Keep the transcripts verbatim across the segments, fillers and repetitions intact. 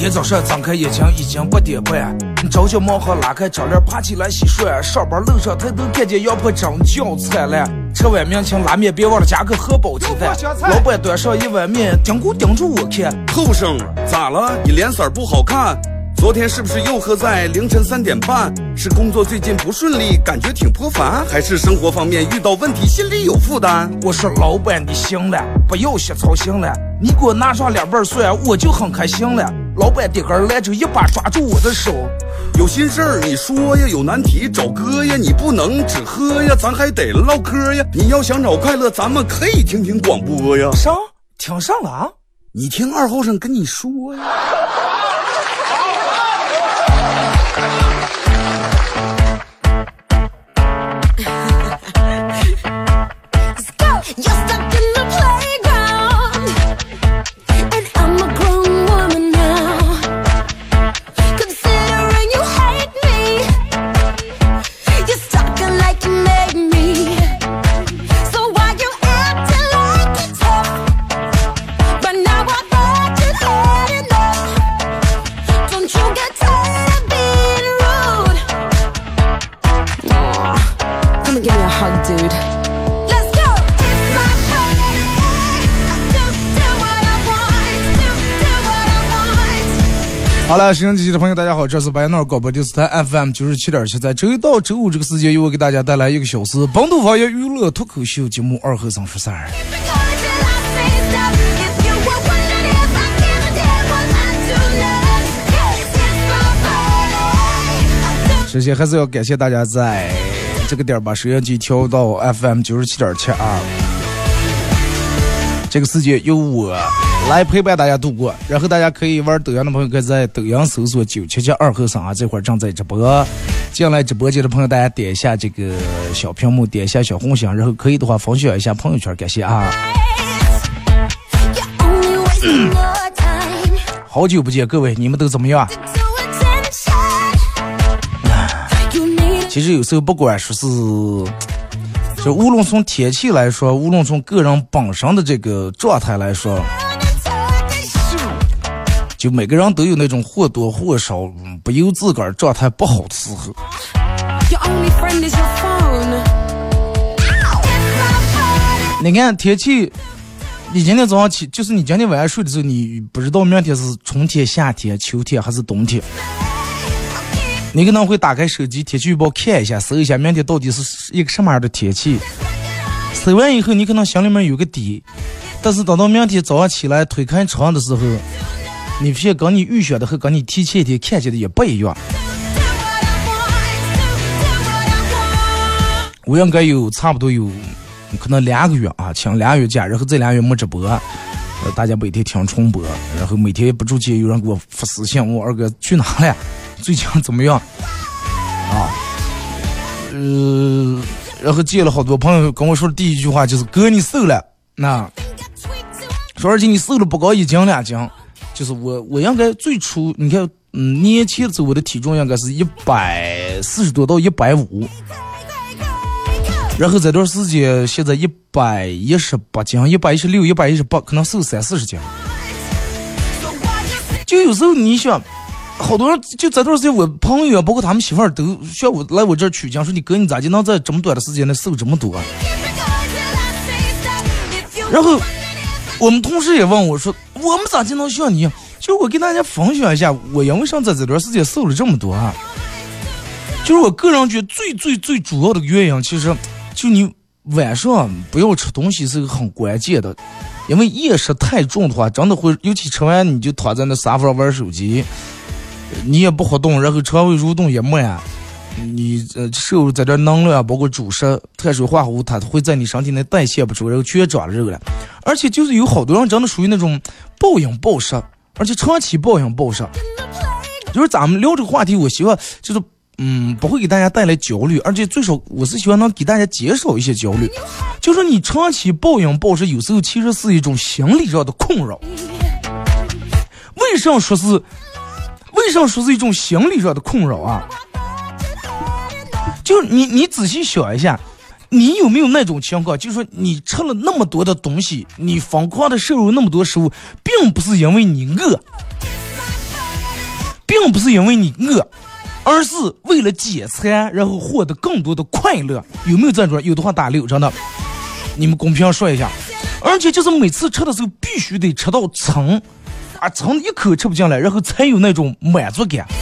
天早上睁开眼睛已经八点半，朝小毛和拉开窗帘爬起来洗涮，上班路上抬头看见羊婆真叫灿烂，吃碗面请拉面别忘了加个荷包鸡蛋，老板端上一碗面盯咕盯住我看， 后生咋了？你脸色不好看，昨天是不是又喝在凌晨三点半？是工作最近不顺利，感觉挺颇烦，还是生活方面遇到问题，心里有负担？ 我说老板你行了，不要瞎操心了，你给我拿上两瓣蒜，我就很开心了。老板顶根来着，一把抓住我的手， 有心事儿你说呀，有难题找哥呀，你不能只喝呀，咱还得唠嗑呀。你要想找快乐，咱们可以听听广播呀。 上听上了啊？ 你听二后生跟你说呀。 好了，收音机的朋友大家好，这是白闹广播电视台 F M 九十七点七，在周一到周五这个时间，由我给大家带来一个小时本土方言娱乐脱口秀节目二和三十三。首先还是要感谢大家在这个点把收音机调到 F M 九十七点七啊，这个时间由我来陪伴大家度过，然后大家可以玩抖音的朋友可以在抖音搜索九七七二和尚啊，这会儿正在直播，进来直播间的朋友大家点一下这个小屏幕，点一下小红心，然后可以的话分享一下朋友圈，感谢啊、嗯、好久不见各位，你们都怎么样？其实有时候不管说是就无论从天气来说，无论从个人本身的这个状态来说，就每个人都有那种或多或少不由自个儿状态不好的时候。你看天气，你今天早上起，就是你今天晚上睡的时候，你不知道明天是春天、夏天、秋天还是冬天。你可能会打开手机天气预报看一下，搜一下明天到底是一个什么样的天气。搜完以后，你可能心里面有个底，但是等到明天早上起来推开窗的时候，你发现跟你预选的和跟你提前一天看见的也不一样。我应该有差不多有可能两个月啊，请两个月假，然后这两个月没直播，呃，大家每天听重播，然后每天不住间有人给我发私信，我二哥去哪了？最近怎么样？啊，呃，然后接了好多朋友跟我说的第一句话就是哥你瘦了，那说而且你瘦了不高一斤两斤。就是我，我应该最初你看，嗯，年轻的时候我的体重应该是一百四十多到一百五，然后这段时间现在一百一十八斤，一百一十六、一百一十八，可能瘦三四十斤。就有时候你想，好多人就这段时间，我朋友包括他们媳妇儿都需要我来我这儿取经，说你哥你咋就能在这么短的时间内瘦这么多、啊？然后我们同事也问我说。我们咋就能像你？就是我跟大家分享一下，我因为上在这段时间瘦了这么多啊，就是我个人觉得最最最主要的原因，其实就你晚上不要吃东西是个很关键的，因为夜食太重的话，真的会，尤其吃完你就躺在那沙发上玩手机，你也不活动，然后肠胃蠕动也慢，你呃摄入在这能量，包括主食、碳水化合物，它会在你身体内代谢不出，然后全长肉了。而且就是有好多人真的属于那种暴饮暴食，而且长期暴饮暴食。就是咱们聊这个话题，我希望就是嗯不会给大家带来焦虑，而且最少我是希望能给大家减少一些焦虑。就是你长期暴饮暴食，有时候其实是一种心理上的困扰。为什么说是为什么说是一种心理上的困扰啊？就是你你仔细想一下。你有没有那种情况，就是说你吃了那么多的东西，你疯狂的摄入那么多食物，并不是因为你饿， 并不是因为你饿，而是为了解馋，然后获得更多的快乐。有没有这种？有的话打六，真的，你们公屏说一下。而且就是每次吃的时候必须得吃到撑，啊，撑一口吃不进来，然后才有那种满足感。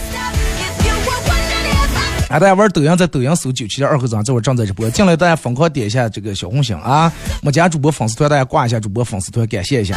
啊，大家玩抖音在抖音搜九七点二和尚，这会儿正在直播，进来大家疯狂点一下这个小红心啊！我家主播粉丝团，大家挂一下主播粉丝团，感谢一下。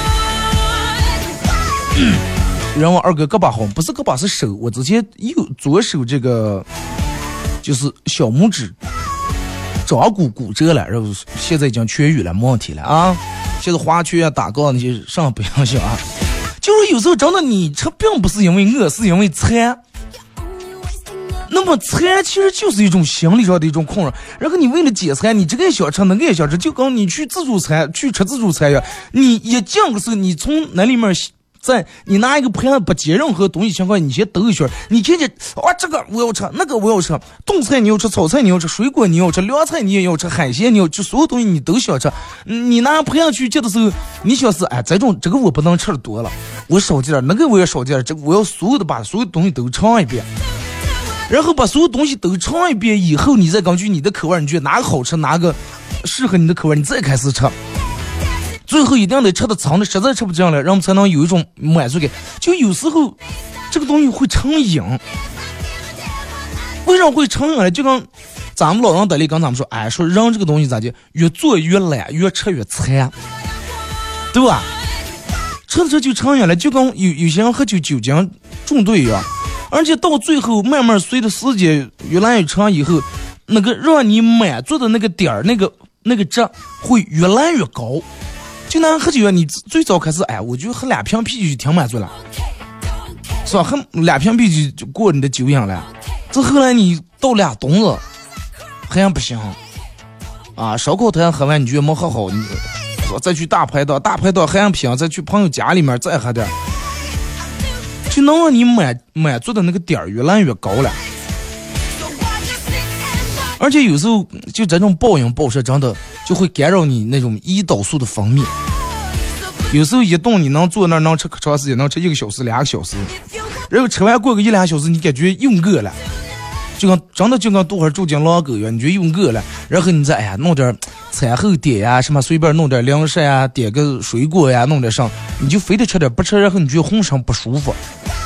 然后二哥胳膊红，不是胳膊是手，我之前右左手这个就是小拇指掌骨骨折了，然后现在已经痊愈了，没问题了啊！现在滑圈啊、打杠那些上不影响啊。就是有时候真的你吃并不是因为饿，是因为馋。那么馋其实就是一种心理上的一种困扰，然后你为了解馋，你这个也想吃，那个也想吃，就跟你去自助餐去吃自助餐一样，你一进的时候，你从那里面在你拿一个盘不接任何东西情况，你先抖一圈，你看见哇这个我要吃，那个我要吃，冻菜你要吃，炒菜你要吃，水果你要吃，凉菜你也要吃，海鲜你要吃，所有东西你都想吃。你拿盘去接的时候，你想是哎这种这个我不能吃的多了，我少点，那个我也少点，这个我要所有的把所有东西都尝一遍。然后把所有东西都尝一遍以后，你再根据你的口味，你觉得哪个好吃，哪个适合你的口味，你再开始吃。最后一定得吃的长的，实在吃不进来，然后才能有一种满足感。就有时候这个东西会成瘾，为啥会成瘾呢？就跟咱们老人得力跟咱们说，哎，说人这个东西咋的，越做越懒，越吃越馋，对吧？吃着吃就成瘾了，就跟有有些人喝酒酒精中毒一样。而且到最后慢慢随着时间越来越长以后，那个让你满足的那个点儿，那个那个值会越来越高。就拿喝酒，你最早开始哎，我就喝两瓶啤酒就挺满足了，是吧？喝两瓶啤酒就过你的酒瘾了。这后来你到俩冬子还不行啊，烧烤摊喝完你觉得没喝好，你再去大排档，大排档还不行，再去朋友家里面再喝点，就能让你满满足的那个点儿越来越高了。而且有时候就这种暴饮暴食真的就会干扰你那种胰岛素的分泌，有时候一顿你能坐那儿能吃可长时间，能吃一个小时两个小时，然后吃完过个一两个小时你感觉又饿了，就跟真的就跟多会儿住进狼狗一样，你觉得又饿了，然后你再哎呀弄点餐后点呀什么，随便弄点零食呀，点个水果呀，弄点上，你就非得吃点，不吃然后你觉得浑身不舒服。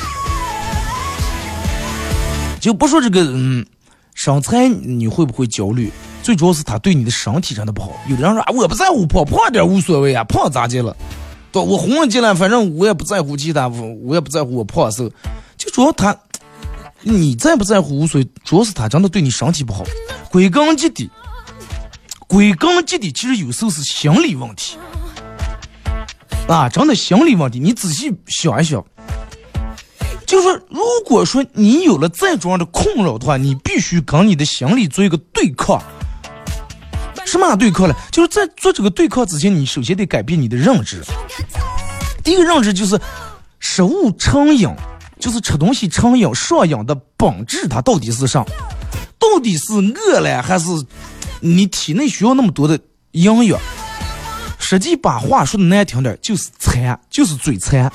就不说这个嗯身材你会不会焦虑，最主要是他对你的身体真的不好。有的人说、啊、我不在乎胖，胖点无所谓啊，胖咋的了，对，我红了进来反正我也不在乎其他，我我也不在乎我胖瘦，就主要他你在不在乎无所谓，主要是他真的对你身体不好。归根结底归根结底其实有时候是心理问题啊，真的心理问题。你仔细想一想，就是说如果说你有了再重要的困扰的话，你必须跟你的心理做一个对抗。什么对抗呢？就是在做这个对抗之前，你首先得改变你的认知。第一个认知就是食物成瘾，就是吃东西成瘾上瘾的本质它到底是啥？到底是饿了还是你体内需要那么多的营养？实际把话说的难听点，就是馋，就是嘴馋。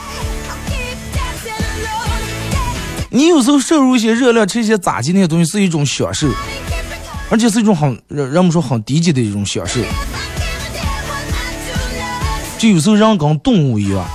你有时候摄入一些热量，吃一些炸鸡那些东西是一种享受，而且是一种很人们说很低级的一种享受。就有时候人跟动物一样，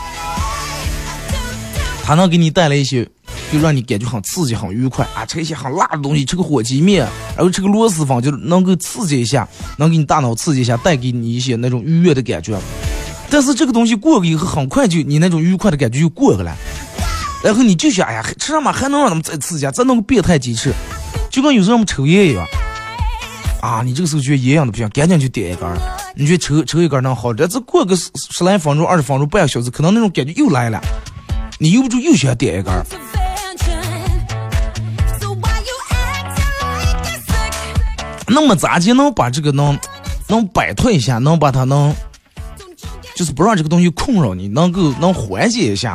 它能给你带来一些就让你感觉很刺激很愉快啊，吃一些很辣的东西，吃个火鸡面，然后吃个螺蛳粉，就能够刺激一下，能给你大脑刺激一下，带给你一些那种愉悦的感觉。但是这个东西过了以后，很快就你那种愉快的感觉就过去了，然后你就想哎呀，吃什么还能让他们再刺激啊，再弄个变态鸡翅，就跟有时候我们抽烟一样啊，你这个时候觉得烟样的不行，赶紧就点一根，你觉得抽抽一根能好点，这过个十十来分钟二十分钟半个小时，可能那种感觉又来了，你又不住又想点一根。那么咋就能把这个能能摆脱一下，能把它能就是不让这个东西困扰你，能够能缓解一下。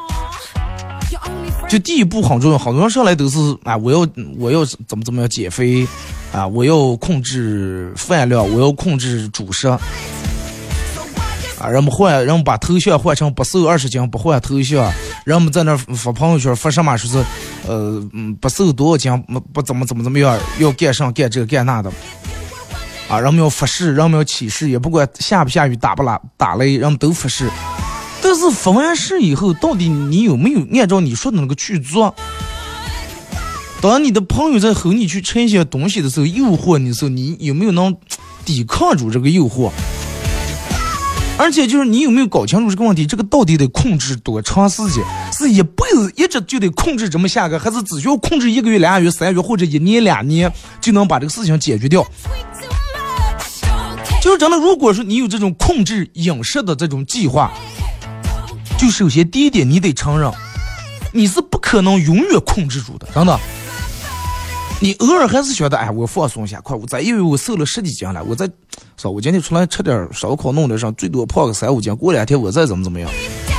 就第一步很重要，好多人上来都是啊，我要我要怎么怎么样减肥啊，我要控制饭量，我要控制主食。 啊，人们换，人们把头像换成不瘦二十斤不换头像，人们在那发朋友圈发什么说是，呃，嗯，不瘦多少斤不不怎么怎么怎么样，要干上干这个干那的，啊，人们要发誓，人们要起誓，也不管下不下雨打不打打雷，人们都发誓。但是发完誓以后，到底你有没有按照你说的那个去做？当你的朋友在和你去吃一些东西的时候，诱惑你的时候，你有没有能抵抗住这个诱惑？而且就是你有没有搞清楚这个问题，这个到底得控制多长时间？是一辈子一直就得控制这么下个，还是只需要控制一个月、俩月、三月或者一年、两年就能把这个事情解决掉？就是真的，如果说你有这种控制饮食的这种计划，就首先第一点你得承认，你是不可能永远控制住的，真的。你偶尔还是觉得，哎，我放松一下，快，我再因为我瘦了十几斤了，我再说，我今天出来吃点烧烤，弄点上，最多胖个三五斤，过两天我再怎么怎么样。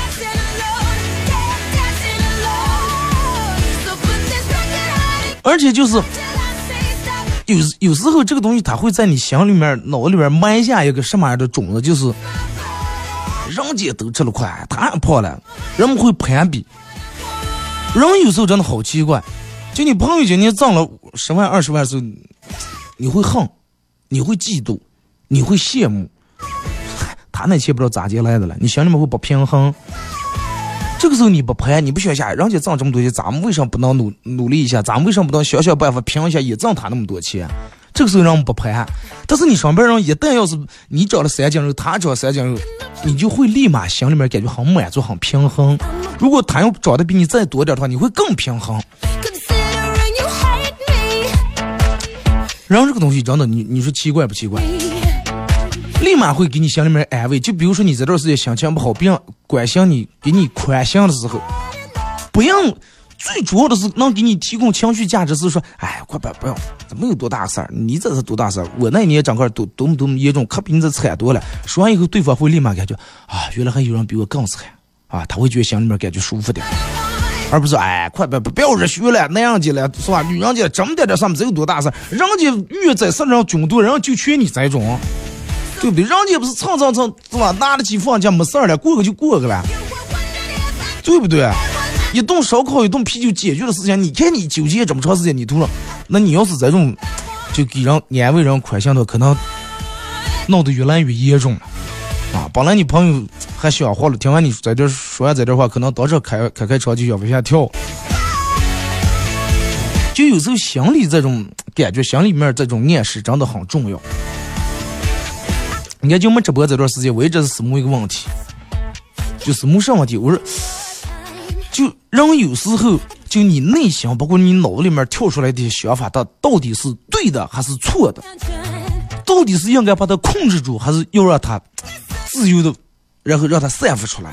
而且就是有有时候这个东西它会在你心里面、脑里面埋下一个什么样的种子，就是人家都吃了快，他胖了，人们会攀比。人有时候真的好奇怪。就你朋友今年挣了十万二十万的时候，你会恨，你会嫉妒，你会羡慕，他那钱不知道咋接来的了，你心里面会不平衡。这个时候你不拍，你不学下，人家挣这么多钱，咱们为什么不能努努力一下？咱们为什么不能想想办法拼一下，也挣他那么多钱？这个时候让我们不拍，但是你上边人一旦要是你长了三斤肉，他长三斤肉，你就会立马心里面感觉很满足，很平衡。如果他要长得比你再多点的话，你会更平衡。然后这个东西真的，你你说奇怪不奇怪？立马会给你心里面安慰。就比如说你这段时间心情不好，别人关心你，给你宽心的时候，不要最主要的是能给你提供情绪价值，是说，哎，快别不要，这没有多大事儿，你这是多大事儿？我那年整个多多么多么严重，可比你这惨多了。说完以后，对方会立马感觉啊，原来还有人比我更惨啊，他会觉得心里面感觉舒服点。而不是哎，快别不要热血了，那样子了是吧？女人家这么点点上面这有多大事？人家越在世上囧多，人家就缺你这种，对不对？人家不是蹭蹭蹭是吧？拿得起放假没事了，过个就过个了，对不对？一顿烧烤一顿啤酒解决的事情，你看你纠结这么长时间，你图了，那你要是这种就给人安慰人宽心的，可能闹得越来越严重了。啊，本来你朋友还想活了，听完你在这说完这段话，可能当时开开开车就想往下跳。就有时候心里这种感觉，心里面这种暗示真的很重要。你看，就我们直播这段时间，我一直是思慕一个问题，就思慕什么问题？我说，就人有时候就你内心，包括你脑子里面跳出来的想法，它到底是对的还是错的？到底是应该把它控制住，还是要让它自由的，然后让它散发出来？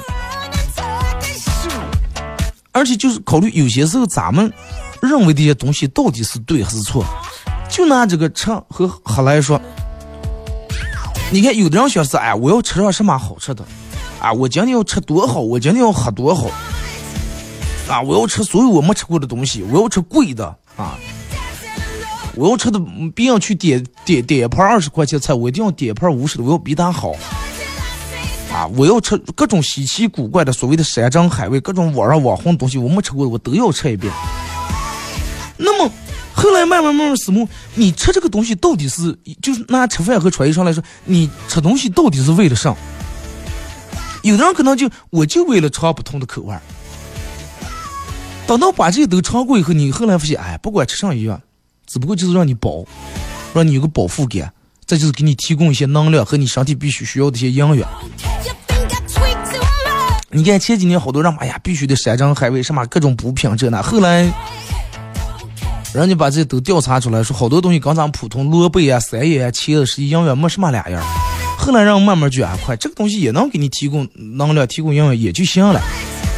而且就是考虑有些时候咱们认为这些东西到底是对还是错。就拿这个吃和喝来说，你看有的人想是哎，我要吃上什么好吃的啊，我今天要吃多好，我今天要喝多好啊，我要吃所有我没吃过的东西，我要吃贵的啊，我要吃的别人去点点点一盘二十块钱菜，我一定要点一盘五十的，我要比他好啊！我要吃各种稀奇古怪的所谓的山珍海味，各种网上网红的东西，我没吃过的我都要吃一遍。那么后来慢慢慢慢思慕，你吃这个东西到底是，就是拿吃饭和穿衣裳来说，你吃东西到底是为了啥？有的人可能就我就为了尝不同的口味。等到把这些都尝过以后，你后来发现，哎，不管吃上一样，只不过就是让你饱，让你有个饱腹感，再就是给你提供一些能量和你身体必须需要的一些营养。你看前几年好多人，哎呀，必须得山珍海味，什么各种补品这那，后来人家把这些都调查出来，说好多东西跟咱普通萝卜啊、山叶啊、茄子是营养没什么两样。后来让慢慢觉得，啊，快，这个东西也能给你提供能量、提供营养也就行了。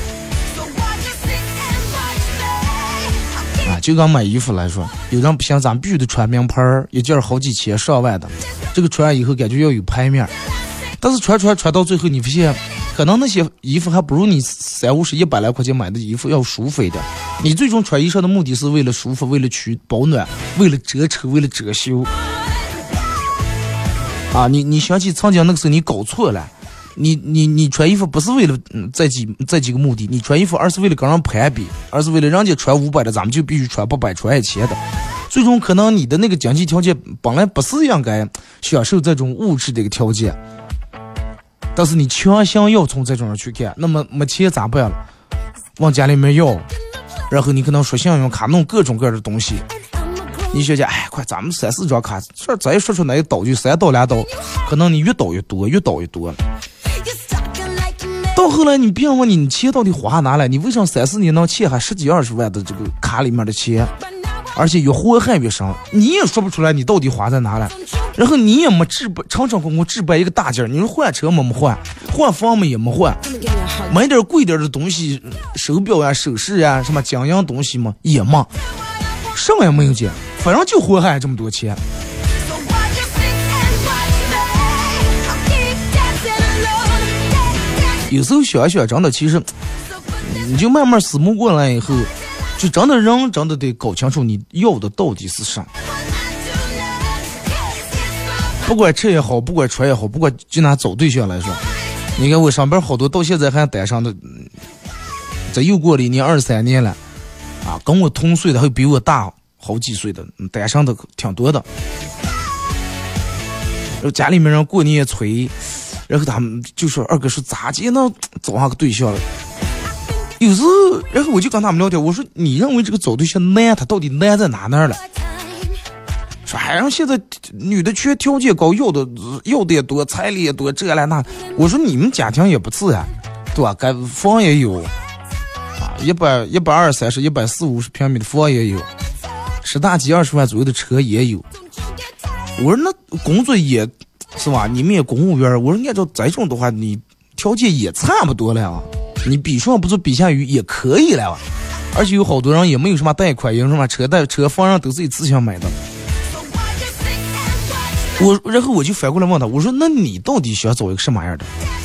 就刚买衣服来说，有人不行，咱必须得穿名牌，一件好几千上万的，这个穿以后感觉要有牌面，但是穿穿穿到最后，你发现可能那些衣服还不如你三五十一百来块钱买的衣服要舒服一点。你最终穿衣裳的目的是为了舒服，为了取保暖，为了遮丑，为了遮羞啊！你你想起曾经那个时候你搞错了， 你你你穿衣服不是为了嗯这几这几个目的，你穿衣服而是为了跟人攀比，而是为了人家穿五百的，咱们就必须穿八百穿一千的。最终可能你的那个经济条件本来不是应该享受这种物质的一个条件，但是你强行要从这种人去看，那么没钱咋办了？往家里面要，然后你可能说信用卡弄各种各样的东西。你学姐，哎，快，咱们三四张卡，这咱一说出来一倒就三刀两刀，可能你越倒越多，越倒越多。到后来你别人问你，你钱到底花哪来？你为什么三四年能欠还十几二十万的这个卡里面的钱，而且越祸害越深？你也说不出来你到底花在哪来，然后你也没置办，常常公公置办一个大件儿，你说换车嘛没换，换房嘛也没换，买点贵点的东西，手表呀、首饰呀、什么金银东西嘛也没，什么也没有见。反正就祸害这么多钱。有时候想一想，真的，其实你就慢慢思慕过来以后，就真的人真的得搞清楚你要的到底是啥。不管吃也好，不管穿也好，不管就拿找对象来说，你看我上边好多到现在还单身的，这又过了一年二三年了啊，跟我同岁的还比我大好几岁的单身的挺多的，然后家里面人过年也催，然后他们就说二哥说咋接能找上个对象了？有时候，然后我就跟他们聊天，我说你认为这个找对象难，他到底难在哪哪了？说还让现在女的缺条件高，要的要的也多，彩礼也多，这来那。我说你们家庭也不次呀，对吧？该房也有啊，一百一百二三十、一百四五十平米的房也有。十大几二十万左右的车也有，我说那工作也是吧？你们也公务员，我说按照这种的话，你条件也差不多了啊，你比上不足比下余也可以了啊。而且有好多人也没有什么贷款，有什么车贷、车房上都是一次性买的。我然后我就反过来问他，我说那你到底想找一个什么样的？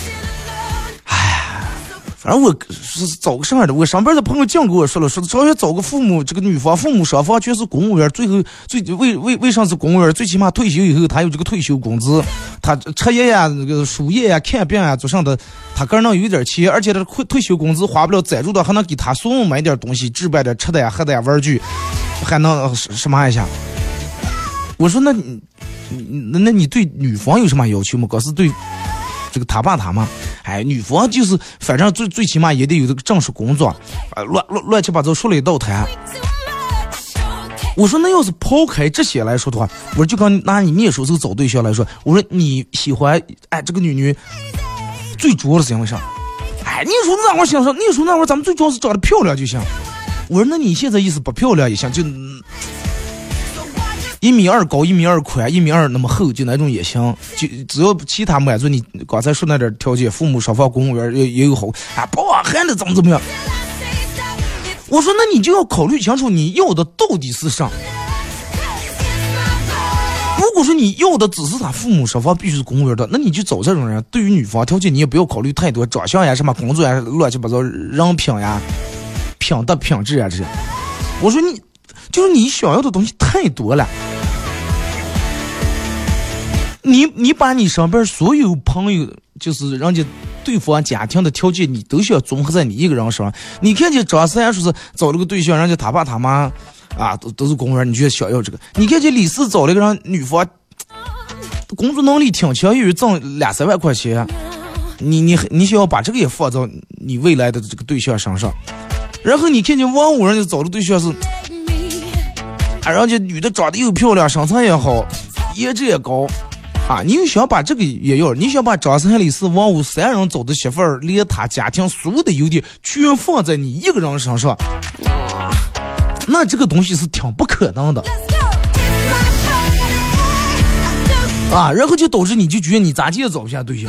反正我是找个什么样的？我上边的朋友讲跟我说了，说找要找个父母，这个女方父母双方全是公务员，最后最为为为啥是公务员？最起码退休以后他有这个退休工资，他吃业呀、那个输液呀、看病呀做上的，他个人能有点钱，而且他退休工资花不了赞助的，还能给他送买点东西，置办点吃的呀、喝的呀、玩具，还能什么一下？我说那你那那你对女方有什么要求吗？可是对这个他爸他妈，哎，女方就是反正最最起码也得有这个正式工作，啊，乱乱乱七八糟说了一道台。我说那要是抛开这些来说的话，我说就刚拿你念书时候找对象来说，我说你喜欢哎这个女女最主要的是因为啥？哎，念书那会儿想说念书那会儿咱们最主要是长得漂亮就行。我说那你现在意思不漂亮也行，就一米二高，一米二宽，一米二那么厚，就那种也行。就只要其他满足你刚才说那点条件，父母双方公务员也也有好啊，不还得怎么怎么样。我说那你就要考虑清楚你要的到底是啥。如果说你要的只是他父母双方必须是公务员的，那你就找这种人。对于女方条件你也不要考虑太多，长相呀、什么工作呀、乱七八糟人品呀、品德品质呀这些。我说你就是你想要的东西太多了。你你把你身边所有朋友，就是人家对方家庭的条件，你都需要综合在你一个人身上。你看见张三说是找了个对象，人家他爸他妈啊都都是公务员，你觉得想要这个？你看见李四找了一个人女方，工作能力挺强，又挣两三万块钱，你你你想要把这个也放到你未来的这个对象身上。然后你看见王五人家找的对象是，啊，人家女的长得又漂亮，身材也好，颜值也高。啊，你又想把这个也要，你想把张三李四王五三人找的媳妇儿，连他家庭所有的优点全放在你一个人身上，那这个东西是挺不可能的啊。然后就导致你就觉得你咋地也找不下对象。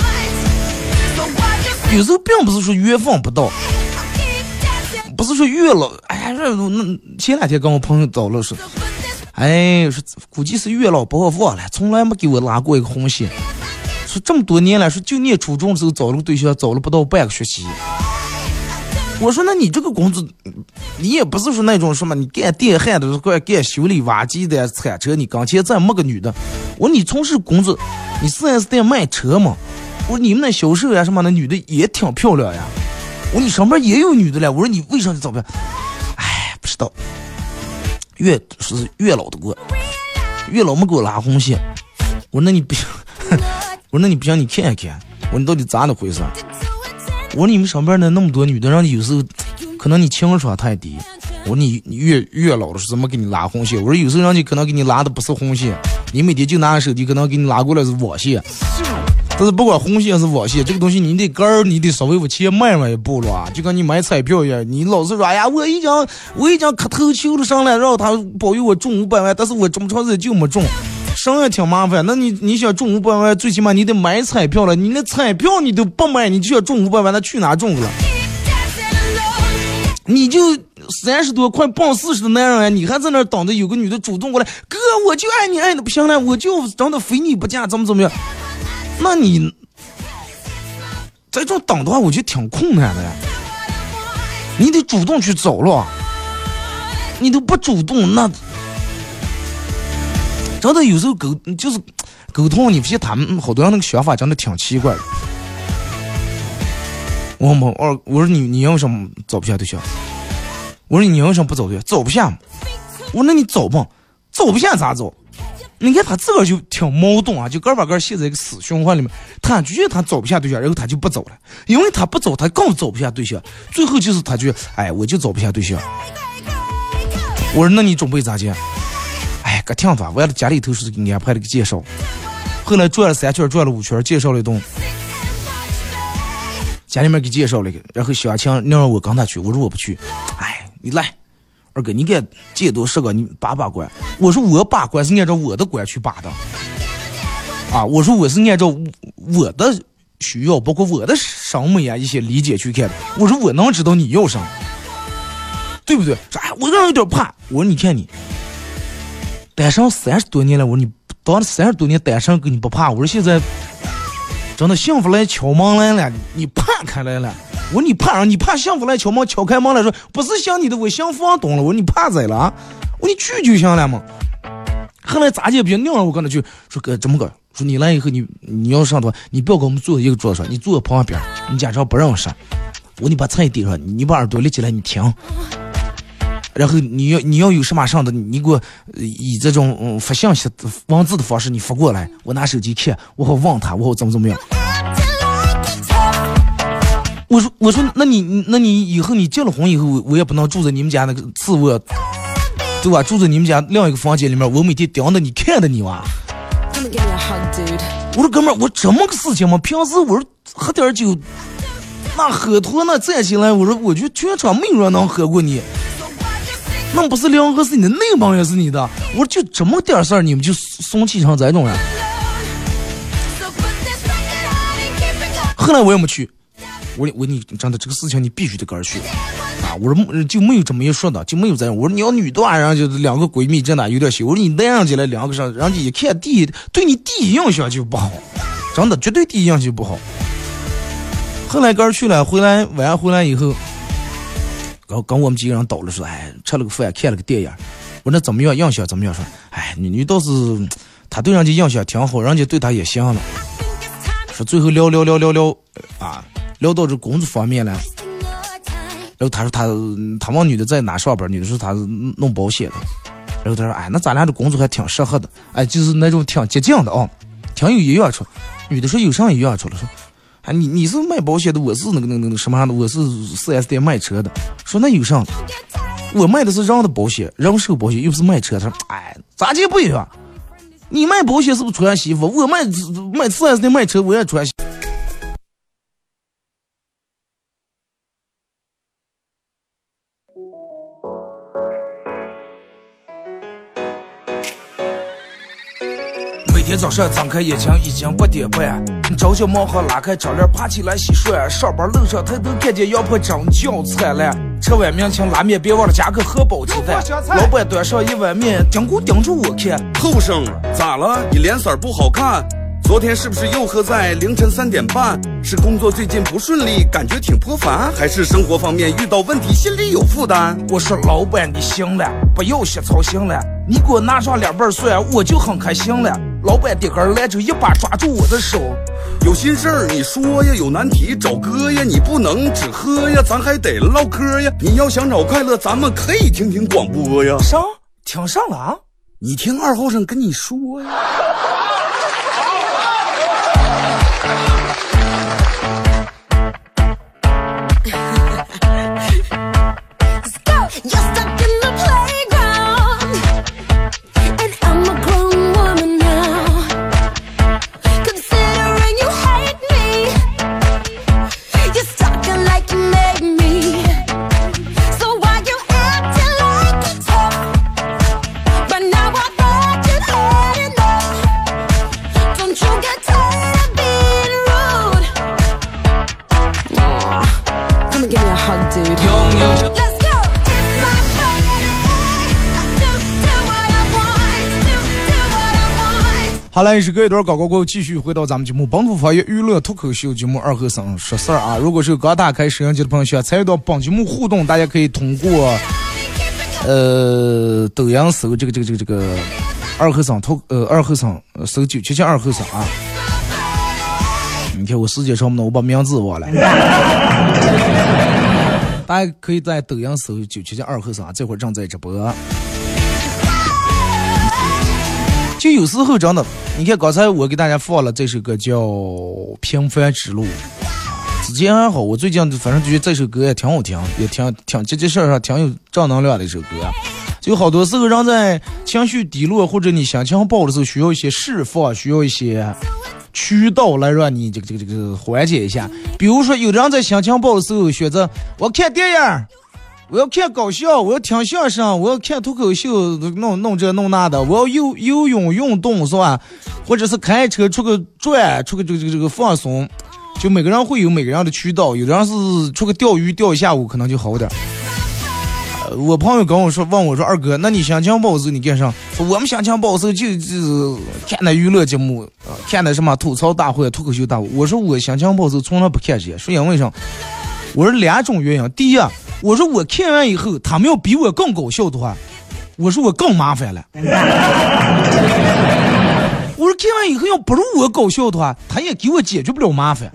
有时候并不是说缘分不到，不是说月老，哎呀，那前两天跟我朋友找了是。哎，说估计是月老不好放了，从来没给我拉过一个红线。说这么多年来，说就念初中的时候找了个对象，找了不到半个学期。我说那你这个工作，你也不是说那种什么，你干电焊的，或干修理挖机的、铲车，你刚前再没个女的。我说你从事工作，你四 S 店卖车嘛， 我说你们那销售呀什么的女的也挺漂亮呀。我说你上班也有女的了。我说你为啥就找不着？哎，不知道。月是月老的锅，月老没给我拉红线。我说那你不行，我说那你不行，你看一看。我说你到底咋的回事？我说你们上班的那么多女的，让你有时候可能你情商太低。我说你你月月老的是怎么给你拉红线？我说有时候让你可能给你拉的不是红线，你每天就拿着手机可能给你拉过来是网线。但是不管红线是网线，这个东西你得根儿，你得稍微往前迈迈一步了啊！就跟你买彩票一样，你老是说哎呀，我已经我已经磕头求了上来，让他保佑我中五百万，但是我这么长时间就没中，生也挺麻烦。那你你想中五百万，最起码你得买彩票了，你那彩票你都不买，你就要中五百万，那去哪中了？你就三十多快傍四十的男人，你还在那等着有个女的主动过来，哥我就爱你爱的不行了，我就真的非你不嫁，怎么怎么样？那你在这种等的话，我觉得挺困难的呀。你得主动去走了，你都不主动，那真的有时候沟就是沟通，你发现他们好多人那个想法真的挺奇怪的。我我我我说你你为什么找不下对象？我说你为什么不走对象？走不下。我说那你走吧，走不下咋走？你看他自个儿就挺矛盾啊，就个把个陷在一个死循环里面。他觉得他走不下对象，然后他就不走了，因为他不走，他更走不下对象。最后就是他觉得，哎，我就走不下对象。我说那你准备咋接？哎，可挺法，我在家里头是给你安排了个介绍。后来转了三圈，转了五圈，介绍了一顿。家里面给介绍了一个，然后小强你让我跟他去，我说我不去。哎，你来。二哥，你给戒多十个，你把把关。我说我把关是按照我的关去把的，啊，我说我是按照我的需要，包括我的审美啊一些理解去看的。我说我能知道你要什么，对不对？哎，我个人有点怕。我说你看你单身三十多年了，我说你当了三十多年单身，你不怕？我说现在真的幸福来敲门来了，你怕开来了。我说你怕啊？你怕幸福来敲门，敲开门来说不是想你的，我想房东了。我说你怕宰了啊？我说你去就行了嘛。后来咋也不行，那样我跟他去说哥这么个，说你来以后你你要上的话，你不要跟我们坐一个桌子上，你坐旁边，你假装不让上。我说你把菜递上，你把耳朵立起来，你听。然后你要你要有什么上的，你给我以这种嗯发信息文字的方式你发过来，我拿手机看，我好问他，我好怎么怎么样。我说我说那你那你以后你结了婚以后，我也不能住在你们家那个次卧，对吧？住在你们家另一个房间里面，我每天盯着你看着你哇。我说哥们儿，我这么个事情吗？平时我说喝点酒，那喝多那站起来，我说我觉得全场没有人能喝过你。那不是两个是你的，那帮也是你的。我说就这么点事儿，你们就松气成这种人。后来我也没去。我我你真的这个事情你必须得跟儿去啊！我说就没有这么一说的，就没有这样。我说你要女的啊，然后就两个闺蜜真的有点羞。我说你带上去了两个上，然后一看第一对你第一印象就不好，真的绝对第一印象就不好。后来跟儿去了，回来晚上回来以后，跟跟我们几个人倒了说，哎，吃了个饭，看了个电影。我说那怎么样？印象怎么样？说，哎，你你倒是他对人家印象挺好，人家对他也行了。说最后聊聊聊聊聊啊。聊到这工作方面了，然后他说他他问女的在哪上班，女的说他弄保险的，然后他说哎，那咱俩这工作还挺适合的，哎，就是那种挺接近的啊、哦，挺有营养处。女的说有啥营养处了？说哎，你你是卖保险的，我是那个那个那个什么样的，我是 四 S 店卖车的。说那有啥？我卖的是人的保险，人寿保险，又不是卖车。他说哎，咋就不一样？你卖保险是不是穿西服？我卖卖 四 S 店卖车，我也穿西服。天早上张开眼睛已经八点半，着急忙慌拉开窗帘爬起来洗涮，上班路上抬头看见羊婆真叫灿烂，吃碗面请拉面别忘了加个荷包鸡蛋，老板端上一碗面盯咕盯住我看， 后生咋了？你脸色不好看，昨天是不是又喝在凌晨三点半？是工作最近不顺利，感觉挺颇烦，还是生活方面遇到问题，心里有负担？ 我说老板你行了，不要瞎操心了，你给我拿上两瓣蒜，我就很开心了。 老板点根来就一把抓住我的手。 有心事儿你说呀，有难题找哥呀，你不能只喝呀，咱还得唠嗑呀。你要想找快乐，咱们可以听听广播呀。 上听上了啊， 你听二后生跟你说呀。 好了，是隔一段广告过后，继续回到咱们节目本土方言娱乐脱口秀节目二和尚说事儿啊。如果是刚打开摄像机的朋友，需要参与到本节目互动，大家可以通过呃抖音搜这个这个这个这个二和尚脱呃二和尚搜九七七二和尚啊。你看我时间上面呢，我把名字忘了。大家可以在抖音搜九七七二和尚，这会儿正在直播。就有时候真的，你看刚才我给大家放了这首歌叫《平凡之路》，之前还好，我最近反正觉得这首歌也挺好听，也挺挺这这事儿上挺有正能量的一首歌。就好多时候让在情绪低落或者你心情不好的时候，需要一些释放，需要一些渠道来让你这个这个这个缓解一下。比如说，有的人在心情不好的时候选择我看电影，我要看搞笑，我要听相声，我要看脱口秀，弄弄这弄那的，我要游游泳运动是吧？或者是开车出个转，出个这个这个放松。就每个人会有每个人的渠道，有的人是出个钓鱼钓一下午可能就好点。呃、我朋友跟我说，问我说二哥，那你心情不好时候你干啥？说我们心情不好时候就就看那娱乐节目，呃、看那什么吐槽大会、脱口秀大会。我说我心情不好时候从来不看这些，说因为啥？我说两种原因，第一啊。我说我看完以后，他们要比我更搞笑的话，我说我更麻烦了。我说看完以后要不如我搞笑的话，他也给我解决不了麻烦。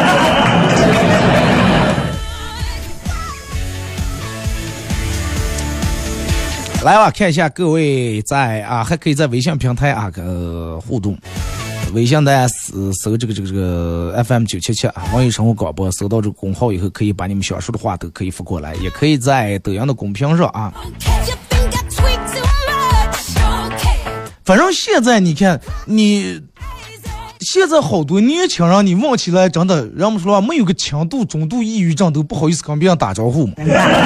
来吧，看一下各位在啊，还可以在微信平台啊呃互动。微信大家搜搜这个这个这个 F M 九七七啊，网易生活广播，搜到这个公号以后，可以把你们想说的话都可以发过来，也可以在抖音的公屏上啊。反正现在你看，你现在好多年轻人，你望起来真的，人们说没有个轻度、中度抑郁症都不好意思跟别人打招呼嘛。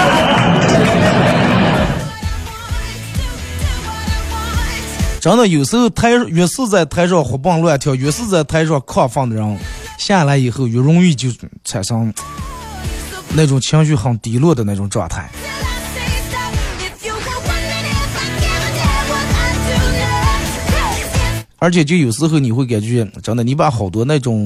真的有时候台越是在台上活蹦乱跳，越是在台上亢奋的人，下来以后越容易就产生那种情绪很低落的那种状态。而且就有时候你会感觉真的，你把好多那种，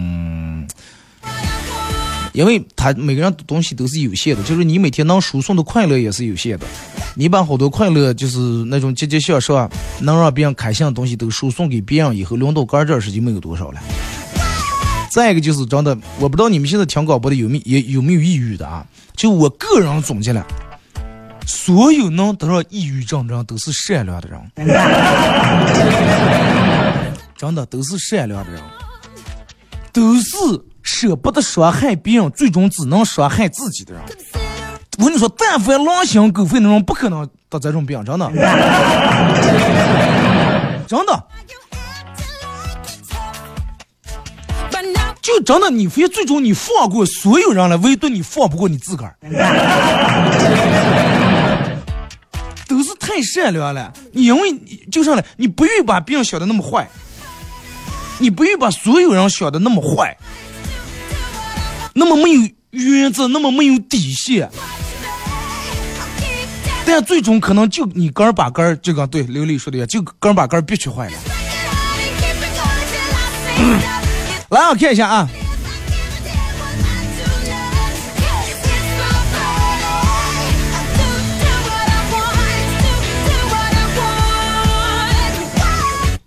因为他每个人的东西都是有限的，就是你每天能输送的快乐也是有限的。你把好多快乐，就是那种积极向上能让别人开心的东西都输送给别人以后，轮到个这儿是就没有多少了。再一个就是真的，我不知道你们现在听广播的有没也有没有抑郁的啊？就我个人总结了，所有能得到抑郁症的人都是善良的人，真的都是善良的人，都是舍不得伤害别人，最终只能伤害自己的人。我跟你说，但凡狼心狗肺那种，不可能得这种病，真的，真的，就真的，你非最终你放过所有人了，唯独你放不过你自个儿，都是太善良了。你因为就上来，你不愿意把别人想的那么坏，你不愿意把所有人想的那么坏，那么没有原则，那么没有底线。但最终可能就你根儿把根儿，这个对刘丽说的，就根儿把根儿憋屈坏了。嗯、来，我看一下啊。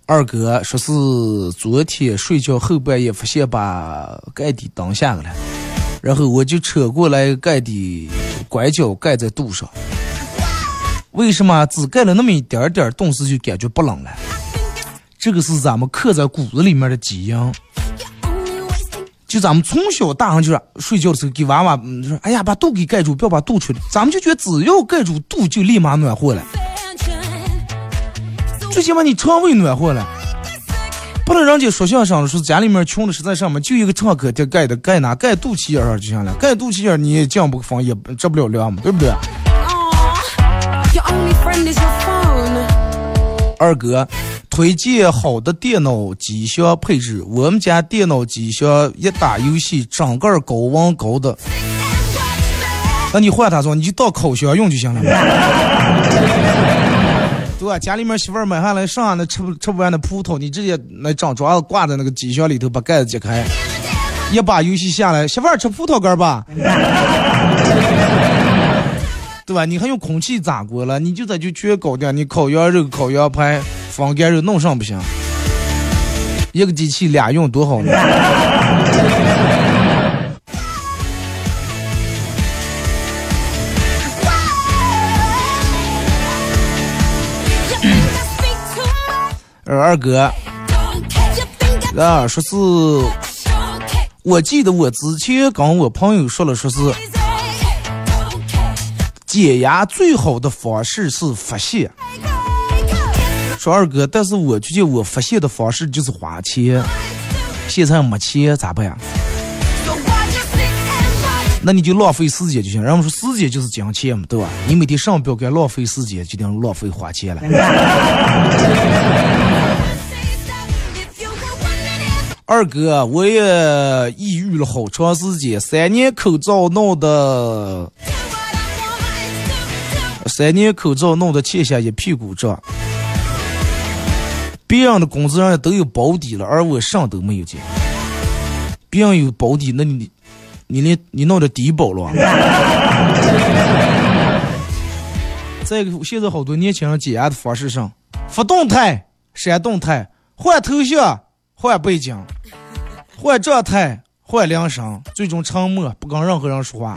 二哥说是昨天睡觉后半夜发现把盖底挡下来了，然后我就扯过来盖底拐角盖在肚上。为什么只盖了那么一点点，顿时就感觉不冷了？这个是咱们刻在骨子里面的基因。就咱们从小大人就是睡觉的时候给娃娃说，哎呀把肚给盖住，不要把肚吹了。咱们就觉得只要盖住肚就立马暖和了，最起码你肠胃暖和了。不能人家说相声说家里面穷的实在上面就一个创可贴盖的，盖哪盖肚脐眼上就行了，盖肚脐眼你也降不风也遮不了凉嘛，对不对？二哥推荐好的电脑机箱配置，我们家电脑机箱一打游戏整个高温高的，那你换它做你就当烤箱用就行了。对吧？家里面媳妇儿买下来剩下那吃不吃不完的葡萄，你直接那长爪子挂在那个机箱里头，把盖子解开，一把游戏下来，媳妇儿吃葡萄干吧。对吧？你还用空气炸锅了，你就在就全搞掉，你烤羊肉、烤羊排、放干肉弄上不行？一个机器俩用多好呢。二哥啊，说是我记得我之前跟我朋友说了，说是解压最好的方式是发泄。说二哥，但是我觉得我发泄的方式就是花钱，现在没钱咋办呀？那你就浪费时间就行。人们说时间就是金钱嘛，对吧？你每天上不要该浪费时间，就等于浪费花钱了。二哥，我也抑郁了好长时间，三年口罩弄的，三年口罩弄得欠下一屁股债。别人的工资上都有保底了，而我上都没有见。别人有保底，那你你连你弄的低保了。再一个，现在好多年轻人解压的方式上，发动态、删动态、换头像、换背景、换状态、换铃声，最终沉默，不跟任何人说话。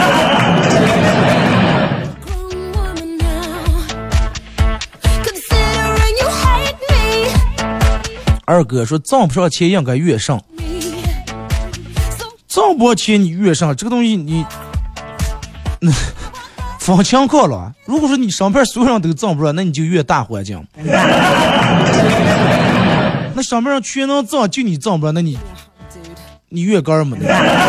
二哥说挣不上钱应该越上，挣不上钱你越上，这个东西你分情况了。如果说你上边所有人都挣不上，那你就越大环境。那上边上全能挣，就你挣不上，那你你越杆嘛，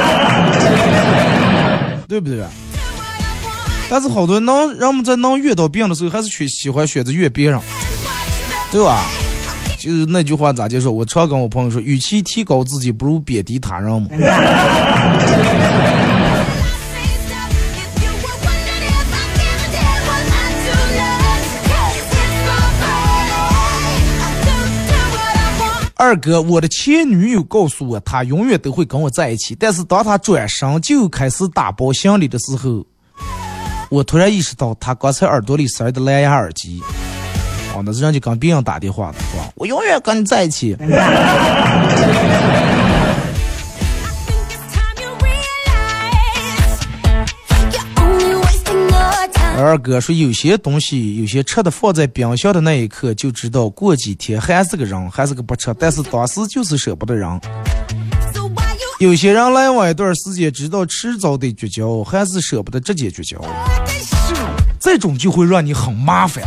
对不对？但是好多能让我们在能遇到病的时候，还是选喜欢选择越别人，对吧？就是那句话咋接受？我常跟我朋友说，与其提高自己，不如贬低他人嘛。二哥，我的前女友告诉我，她永远都会跟我在一起，但是当她转身就开始打包行李的时候，我突然意识到，她刚才耳朵里塞的蓝牙耳机。哦，那是人家跟别人打电话的，是吧？我永远跟你在一起。二哥说，有些东西，有些吃的放在冰箱的那一刻就知道过几天还是个人，还是个不吃，但是当时就是舍不得人。有些人来往一段时间，知道迟早得绝交，还是舍不得直接绝交，这种就会让你很麻烦。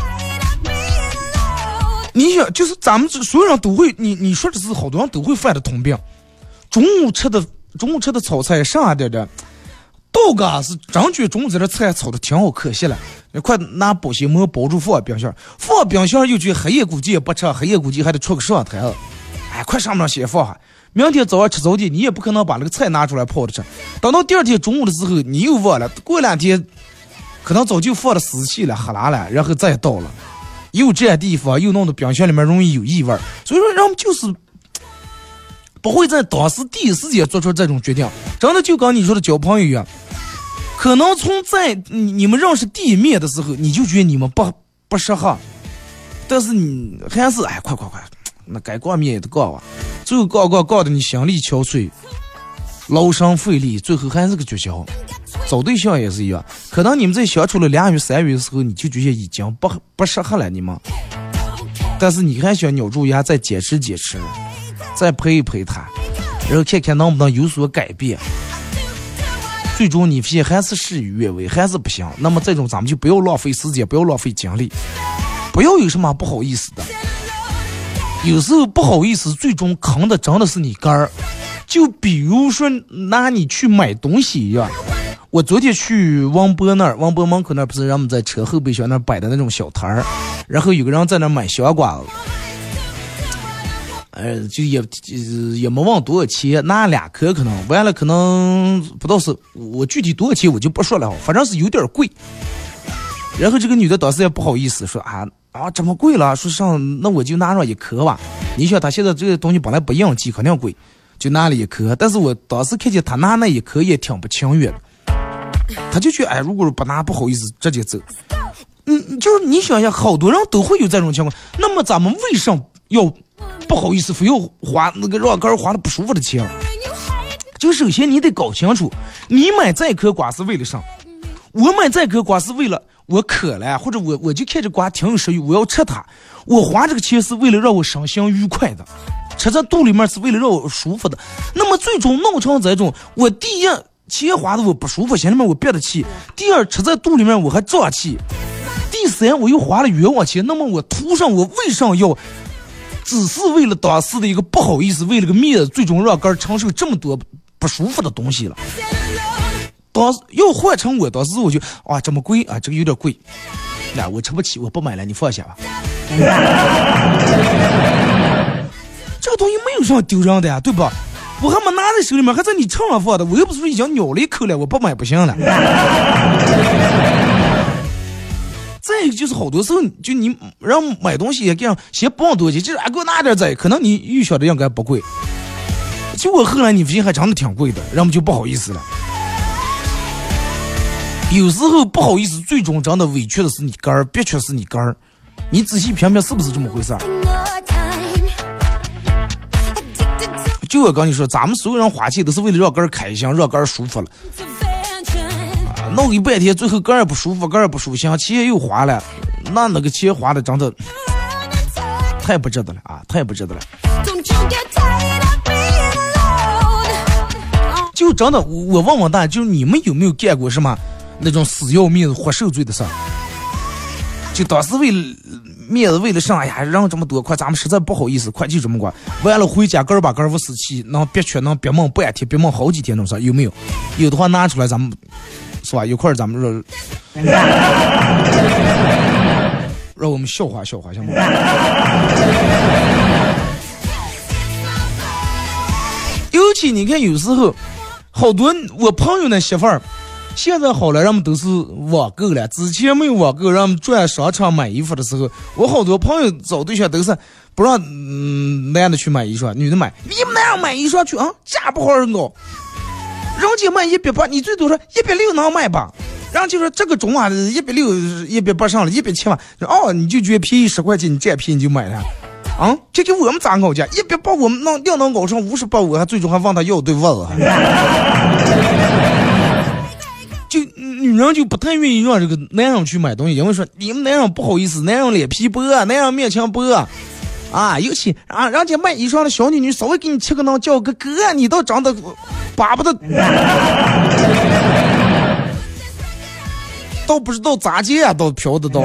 你想，就是咱们所有人都会，你你说的是好多人都会犯的通病。中午吃的中午吃的炒菜剩下点的，豆干是真觉得中午在这菜炒的挺好，可惜了。你快拿保鲜膜包住放冰箱，放冰箱又觉得黑夜估计也不吃，黑夜估计还得出个上台了。哎，快上面先放下，明天早上吃早点，你也不可能把那个菜拿出来泡着吃。等到第二天中午的时候，你又忘了，过两天可能早就放的死气了，哈喇了，然后再倒了。又占地方，又弄得冰箱里面容易有异味，所以说人们就是不会在当时第一时间做出这种决定。真的就跟你说的交朋友一样，可能从在你你们认识第一面的时候，你就觉得你们不不适合，但是你还是哎快快快那该告面也得告啊，最后告告告的你心力憔悴，劳伤费力，最后还是个绝交。找对象也是一样，可能你们在相处了两月三月的时候，你就觉得已经不不适合了你们，但是你还想咬住牙再坚持坚持，再陪一陪他，然后看看能不能有所改变。最终你发现还是事与愿违，还是不行，那么这种咱们就不要浪费时间，不要浪费精力，不要有什么不好意思的。有时候不好意思最终坑的真的是你肝儿。就比如说拿你去买东西一样，我昨天去王博那儿，王博门口那儿不是人们在车后备箱那儿摆的那种小摊儿，然后有个人在那儿买小瓜子，呃，就也也没问多少钱，拿俩颗可能，完了可能不知道是我具体多少钱我就不说了，反正是有点贵。然后这个女的当时也不好意思说啊啊这么贵了，说上那我就拿上一颗吧。你想她现在这个东西本来不应季，肯定贵，就拿了一颗。但是我当时看见她拿那一颗也挺不情愿的，她就觉得哎，如果不拿不好意思直接走。嗯，就是你想想，好多人都会有这种情况，那么咱们为什么要不好意思非要花那个让杆花的不舒服的钱？就首先你得搞清楚，你买这颗瓜是为了啥？我买这颗瓜是为了我渴了，或者我我就看着瓜挺有食欲，我要吃它。我花这个钱是为了让我身心愉快的，吃在肚里面是为了让我舒服的。那么最终弄成这种，我第一钱花的我不舒服，心里面我憋得气；第二吃在肚里面我还胀气；第三我又花了冤枉钱。那么我图上我为啥要只是为了当时的一个不好意思，为了个面子，最终让杆承受这么多不舒服的东西了。当时要换成我当时我就啊这么贵啊，这个有点贵，那我吃不起，我不买了，你放下吧。这个东西没有什么丢人的呀，对吧？我还没拿在手里面，还在你秤上放的，我又不是已经咬了一口了，我不买不行了。再一个就是好多时候，就你让买东西也这样，先不往多钱，就是啊给我拿点再，可能你预想的应该不贵，结果后来你发现还真的挺贵的，人们就不好意思了。有时候不好意思，最终真的委屈的是你肝儿，憋屈是你肝儿。你仔细评评是不是这么回事？就我跟你说，咱们所有人花钱都是为了让肝儿开心，让肝儿舒服了。啊，弄一半天，最后肝儿也不舒服，肝儿也不舒心，钱又花了，那那个钱花的真的太不值得了啊，太不值得了。就真的，我问问大家，就是你们有没有干过什么那种死要面子活受罪的事儿？就当时为了面子，为了上，哎呀，让这么多块，咱们实在不好意思，快就这么管。完了回家根儿把根儿不死气，能憋屈，能憋闷半天，憋闷好几天那种事，有没有？有的话拿出来，咱们是吧？一块儿咱们说，让我们笑话笑话，行吗？尤其你看，有时候好多我朋友那媳妇儿。现在好了，人们都是网购了。之前没有网购，让们转商场买衣服的时候，我好多朋友找对象都是不让嗯男的去买衣裳，女的买。你们男人买衣裳去啊，价不好人高，人家卖一百八，你最多说一百六能卖吧？然后就说这个中啊，一百六一百八上了，一百七万，哦，你就觉得便宜十块钱，你占便宜你就买了。啊，这给我们咋搞价？一百八我们能要能搞上五十八，我还最终还问他要对问啊。就女人就不太愿意让这个男人去买东西，因为说你们男人不好意思，男人脸皮薄，男人面前薄啊，尤其啊，人家卖衣裳的小女女稍微给你切个脑叫个哥，你都长得巴不得，都不知道咋接啊，都飘得到。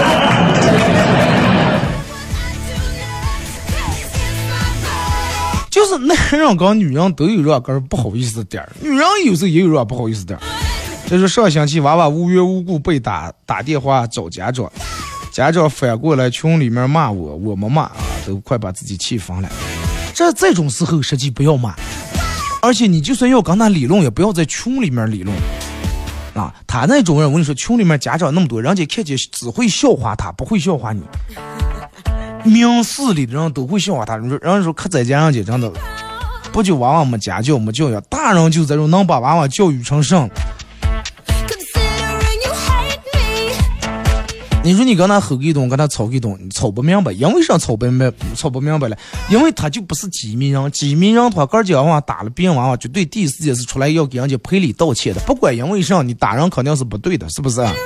就是男人跟女人都有让根不好意思的点儿，女人有时候也有让不好意思的点儿。就是上星期娃娃无缘无故被打打电话找家长，家长反过来群里面骂我，我们骂啊，都快把自己气疯了。这这种时候实际不要骂，而且你就算要跟他理论，也不要在群里面理论啊。他那种人，我跟你说，群里面家长那么多，人家看见只会笑话他，不会笑话你。明事里的人都会笑话他，人家说可在家人家真的不就娃娃没家教没教养，大人就这种能把娃娃教育成圣。 你说你跟他吼一顿，跟他吵一顿，你吵不明白，因为啥吵不明白？吵不明白了，因为他就不是机密人，机密人的话，哥讲话打了别人娃娃，绝对第一时间是出来要给人家赔礼道歉的，不管因为啥，你打人肯定是不对的，是不是啊？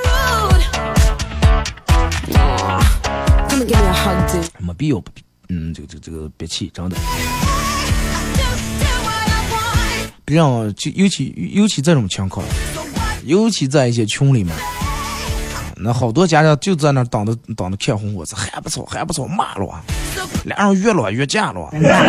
没必要，嗯，这个这个这个别气，真的。别让就尤其尤其这种情况，尤其在一些群里面。那好多家长就在那等着等着看红火，还不错还不错，骂了，俩人越来越架了。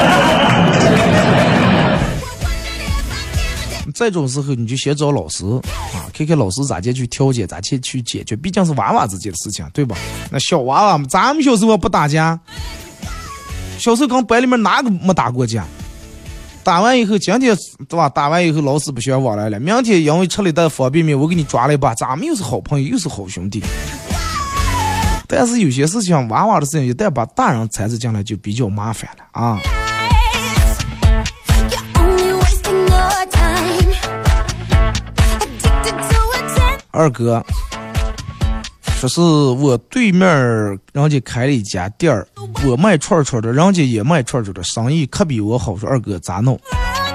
这种时候你就先找老师啊，看看老师咋接去调解，咋去去解决，毕竟是娃娃之间的事情，对吧？那小娃娃，咱们小时候不打架，小时候刚班里面哪个没打过架？打完以后，今天对吧？打完以后，老师不喜欢往来了。明天因为吃了一袋方便面，我给你抓了一把，咱们又是好朋友，又是好兄弟。但是有些事情，娃娃的事情，一旦把大人掺杂进来，就比较麻烦了啊。二哥说是我对面人家开了一家店儿，我卖串串的，人家也卖串串的，生意可比我好。说二哥咋弄？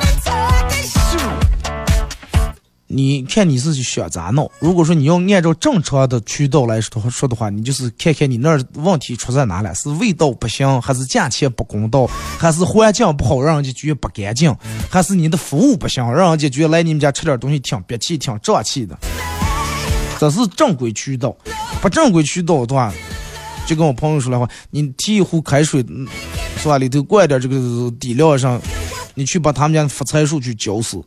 你看你是想咋弄？如果说你要按照正常的渠道来说说的话，你就是看看你那儿问题出在哪了，是味道不行，还是价钱不公道，还是环境不好让人家觉得不干净，还是你的服务不行，让人家觉得来你们家吃点东西挺憋气挺胀气的。这是正规渠道，不正规渠道的话，就跟我朋友说的话，你提一壶开水，是吧？里头灌点这个底料上，你去把他们家的发财树去浇死。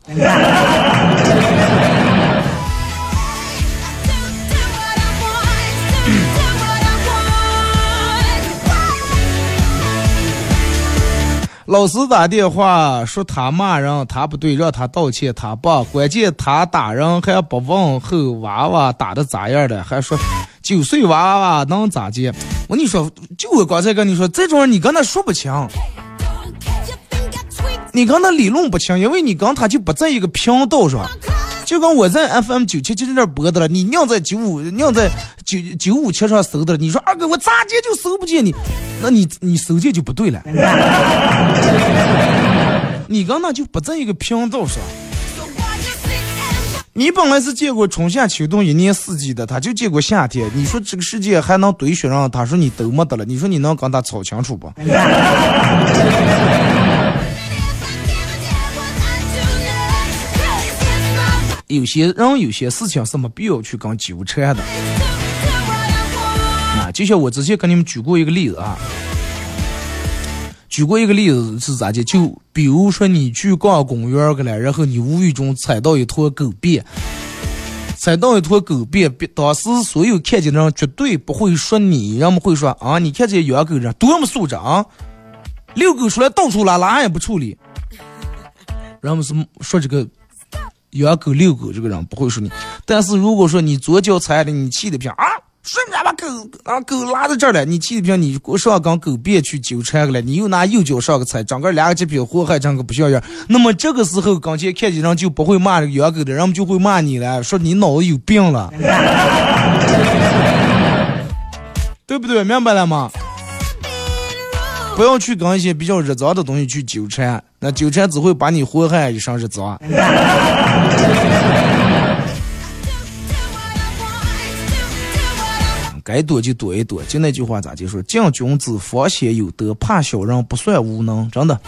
老师打电话说他骂人，他不对，让他道歉，他爸关键他打人还不问后娃娃打的咋样的，还说九岁娃娃能咋接？我跟你说，就我刚才跟你说，这种人你跟他说不清，你跟他理论不清，因为你跟他就不在一个频道上。就跟我在 F M 九七七这点播的了，你硬在九五硬在九九五七上搜的了，你说二哥我咋接就搜不见你，那你你搜见就不对了，你跟他就不在一个频道上。你本来是见过春夏秋冬一年四季的，他就见过夏天，你说这个世界还能堆雪人，他说你都没得了，你说你能跟他吵清楚不？有些人有些事情是没必要去跟纠缠的啊，就像我之前跟你们举过一个例子啊，举过一个例子是咋的？就比如说你去逛公园去了，然后你无意中踩到一坨狗便，踩到一坨狗便，当时所有看见的人绝对不会说你，人们会说啊，你看这些养狗人多么素质啊，遛狗出来到处拉拉也不处理，人们是说这个。养狗遛狗这个人不会说你，但是如果说你左脚踩了，你气的平啊，顺便把狗啊狗拉在这儿了，你气的平，你上跟狗别去纠缠了，你又拿右脚上个踩，整个两个这边祸害整个不像样。那么这个时候刚才看见人就不会骂这个养狗的，人们就会骂你了，说你脑子有病了，对不对？明白了吗？不要去跟一些比较日杂的东西去纠缠，那纠缠只会把你祸害一生日杂。该躲就躲一躲，就那句话咋就说，敬君子方显有德，怕小人不算无能，真的。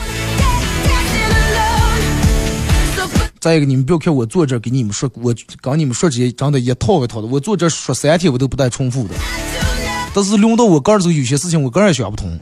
再一个，你们不要看我坐这给你们说，我刚你们说这些真的一套一套的，我坐这说三天我都不带重复的。但是轮到我个人时候，有些事情我个人想不通。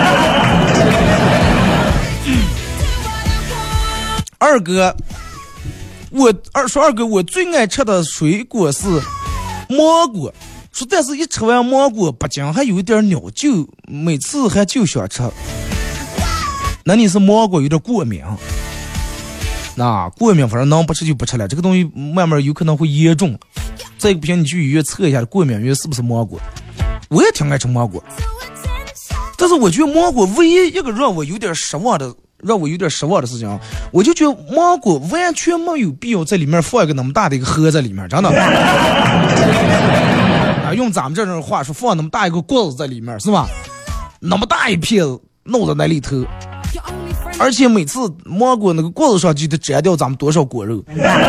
二哥，我二说二哥，我最爱吃的水果是蘑菇。说但是一吃完蘑菇，不仅还有一点鸟，就每次还就想吃。那你是蘑菇有点过敏？那过敏反正能不吃就不吃了，这个东西慢慢有可能会严重。再一个不行，你去医院测一下过敏源是不是蘑菇。我也挺爱吃蘑菇，但是我觉得蘑菇唯一一个让我有点失望的，让我有点失望的事情，我就觉得蘑菇完全没有必要在里面放一个那么大的一个盒在里面，真的。啊， 用咱们这种话说，放那么大一个锅子在里面是吧？那么大一片弄在那里头，而且每次蘑菇那个锅子上就得摘掉咱们多少果肉。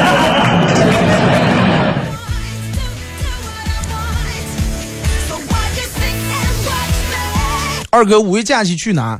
二哥，五一假期去哪？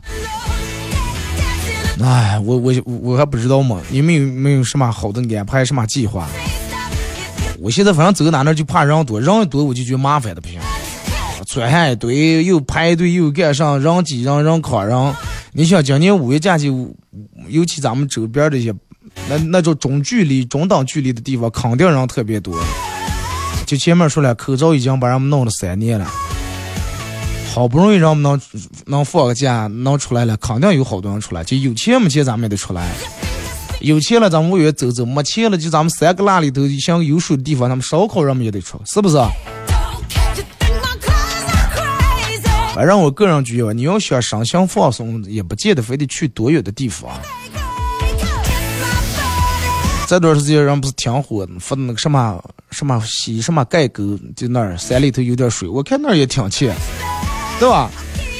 哎，我我我还不知道嘛，你们有没有什么好的安排，什么计划？我现在反正走哪那就怕人多，人多我就觉得麻烦的不行，穿下一堆又排队又赶上人挤人人靠人。你想今年五一假期，尤其咱们周边这些那那种中距离中档距离的地方，肯定人特别多。就前面说了，口罩已经把人们弄了三年了，好不容易让我们能能放个假能出来了，肯定有好多人出来。就有钱没钱咱们也得出来，有钱了咱们五月走走，没钱了就咱们三个拉里头像有水的地方，咱们烧烤人们也得出，是不是？反正我个人觉得，你要想身心放松，也不见得非得去多远的地方。这段时间人不是挺火的，发的那个什么什么西什么盖沟，就那儿山里头有点水，我看那儿也挺气，对吧？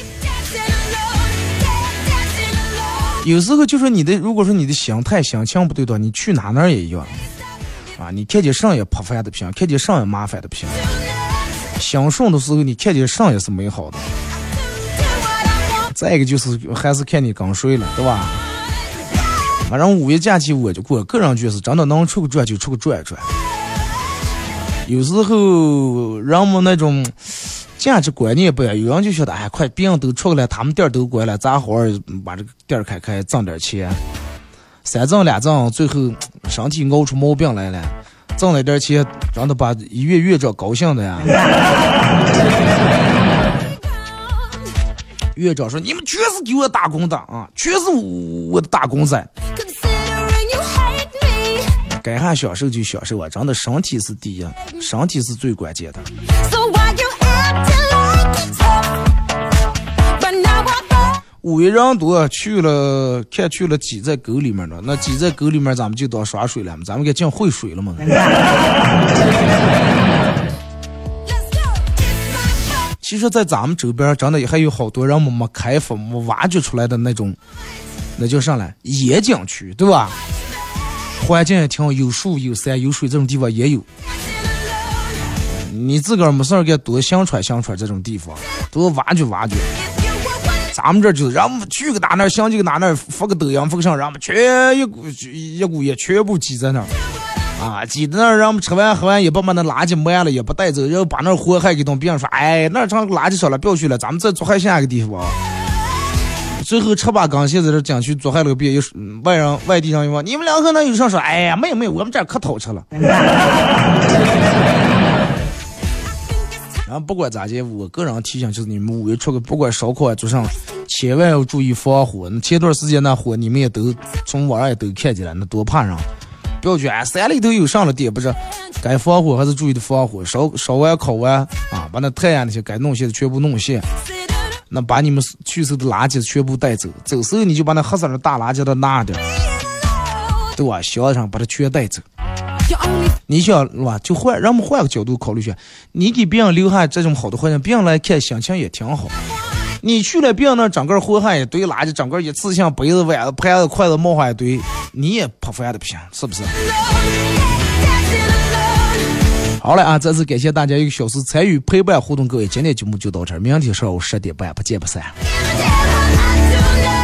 有时候就说你的，如果说你的心态心情不对的话，你去哪哪也一样啊。你看见上也破烦的不行，看见上也麻烦的不行。享受的时候，你看见上也是美好的。再一个就是还是看你刚睡了，对吧？反正五一假期我就过，个人觉得是真的能出个转就出个转转。有时候人们那种价值观念不一样，有人就觉得哎，快别人都出来，他们店都关了，咱好好把这个店开开，挣点钱，三挣俩挣，最后身体熬出毛病来了，挣了点钱，让他把医院院长高兴的呀。院长说：“你们全是给我打工的啊，全是我的打工仔。该下享受就享受啊，真的身体是第一，身体是最关键的。”五一人多去了，看去了挤在沟里面了，那挤在沟里面咱们就当耍水了，咱们给进会水了嘛。其实在咱们周边真的还有好多人们没开发没挖掘出来的那种，那就上来野景区，对吧？环境也挺好，有树有山有水，这种地方也有。你自个儿没事儿给多相传相传这种地方，多挖掘挖掘。咱们这就是让我们去个哪那儿，想去个哪那儿，发个抖音发个上，让我们全一股一股也全部挤在那儿。啊，挤在那儿，让我们吃完喝完也不把那垃圾抹了，也不带走，然后把那祸害给动别人说，哎，那场垃圾少了，不要去了，咱们再做害下一个地方。最后吃把刚现在这讲去做害了个别，外人外地人一问，你们两个那有上说，哎呀，没有没有，我们这儿可偷吃了。然后不管咋的，我个人提醒就是你们五月出个不管烧烤就上，千万要注意防火。前段时间那火你们也都从网上也都看见了，那多怕人。不要觉得哎，山里头有上了点，不是该防火还是注意的防火，烧烧完烤完啊，把那太阳那些该弄些的全部弄些，那把你们去收的垃圾全部带走，走时候你就把那黑色的大垃圾都拿点，对吧？箱上把它全带走。你想是吧？就换让我们换个角度考虑一下，你给别人留下这种好的环境，别人来看心情也挺好。你去了别人那整个祸害一堆垃圾，整个一次性杯子碗子盘子筷子冒花一堆，你也破烦的不行，是不是？好了啊，再次感谢大家一个小时参与陪伴互动，各位今天节目就到这儿，明天上午十点半不见不散。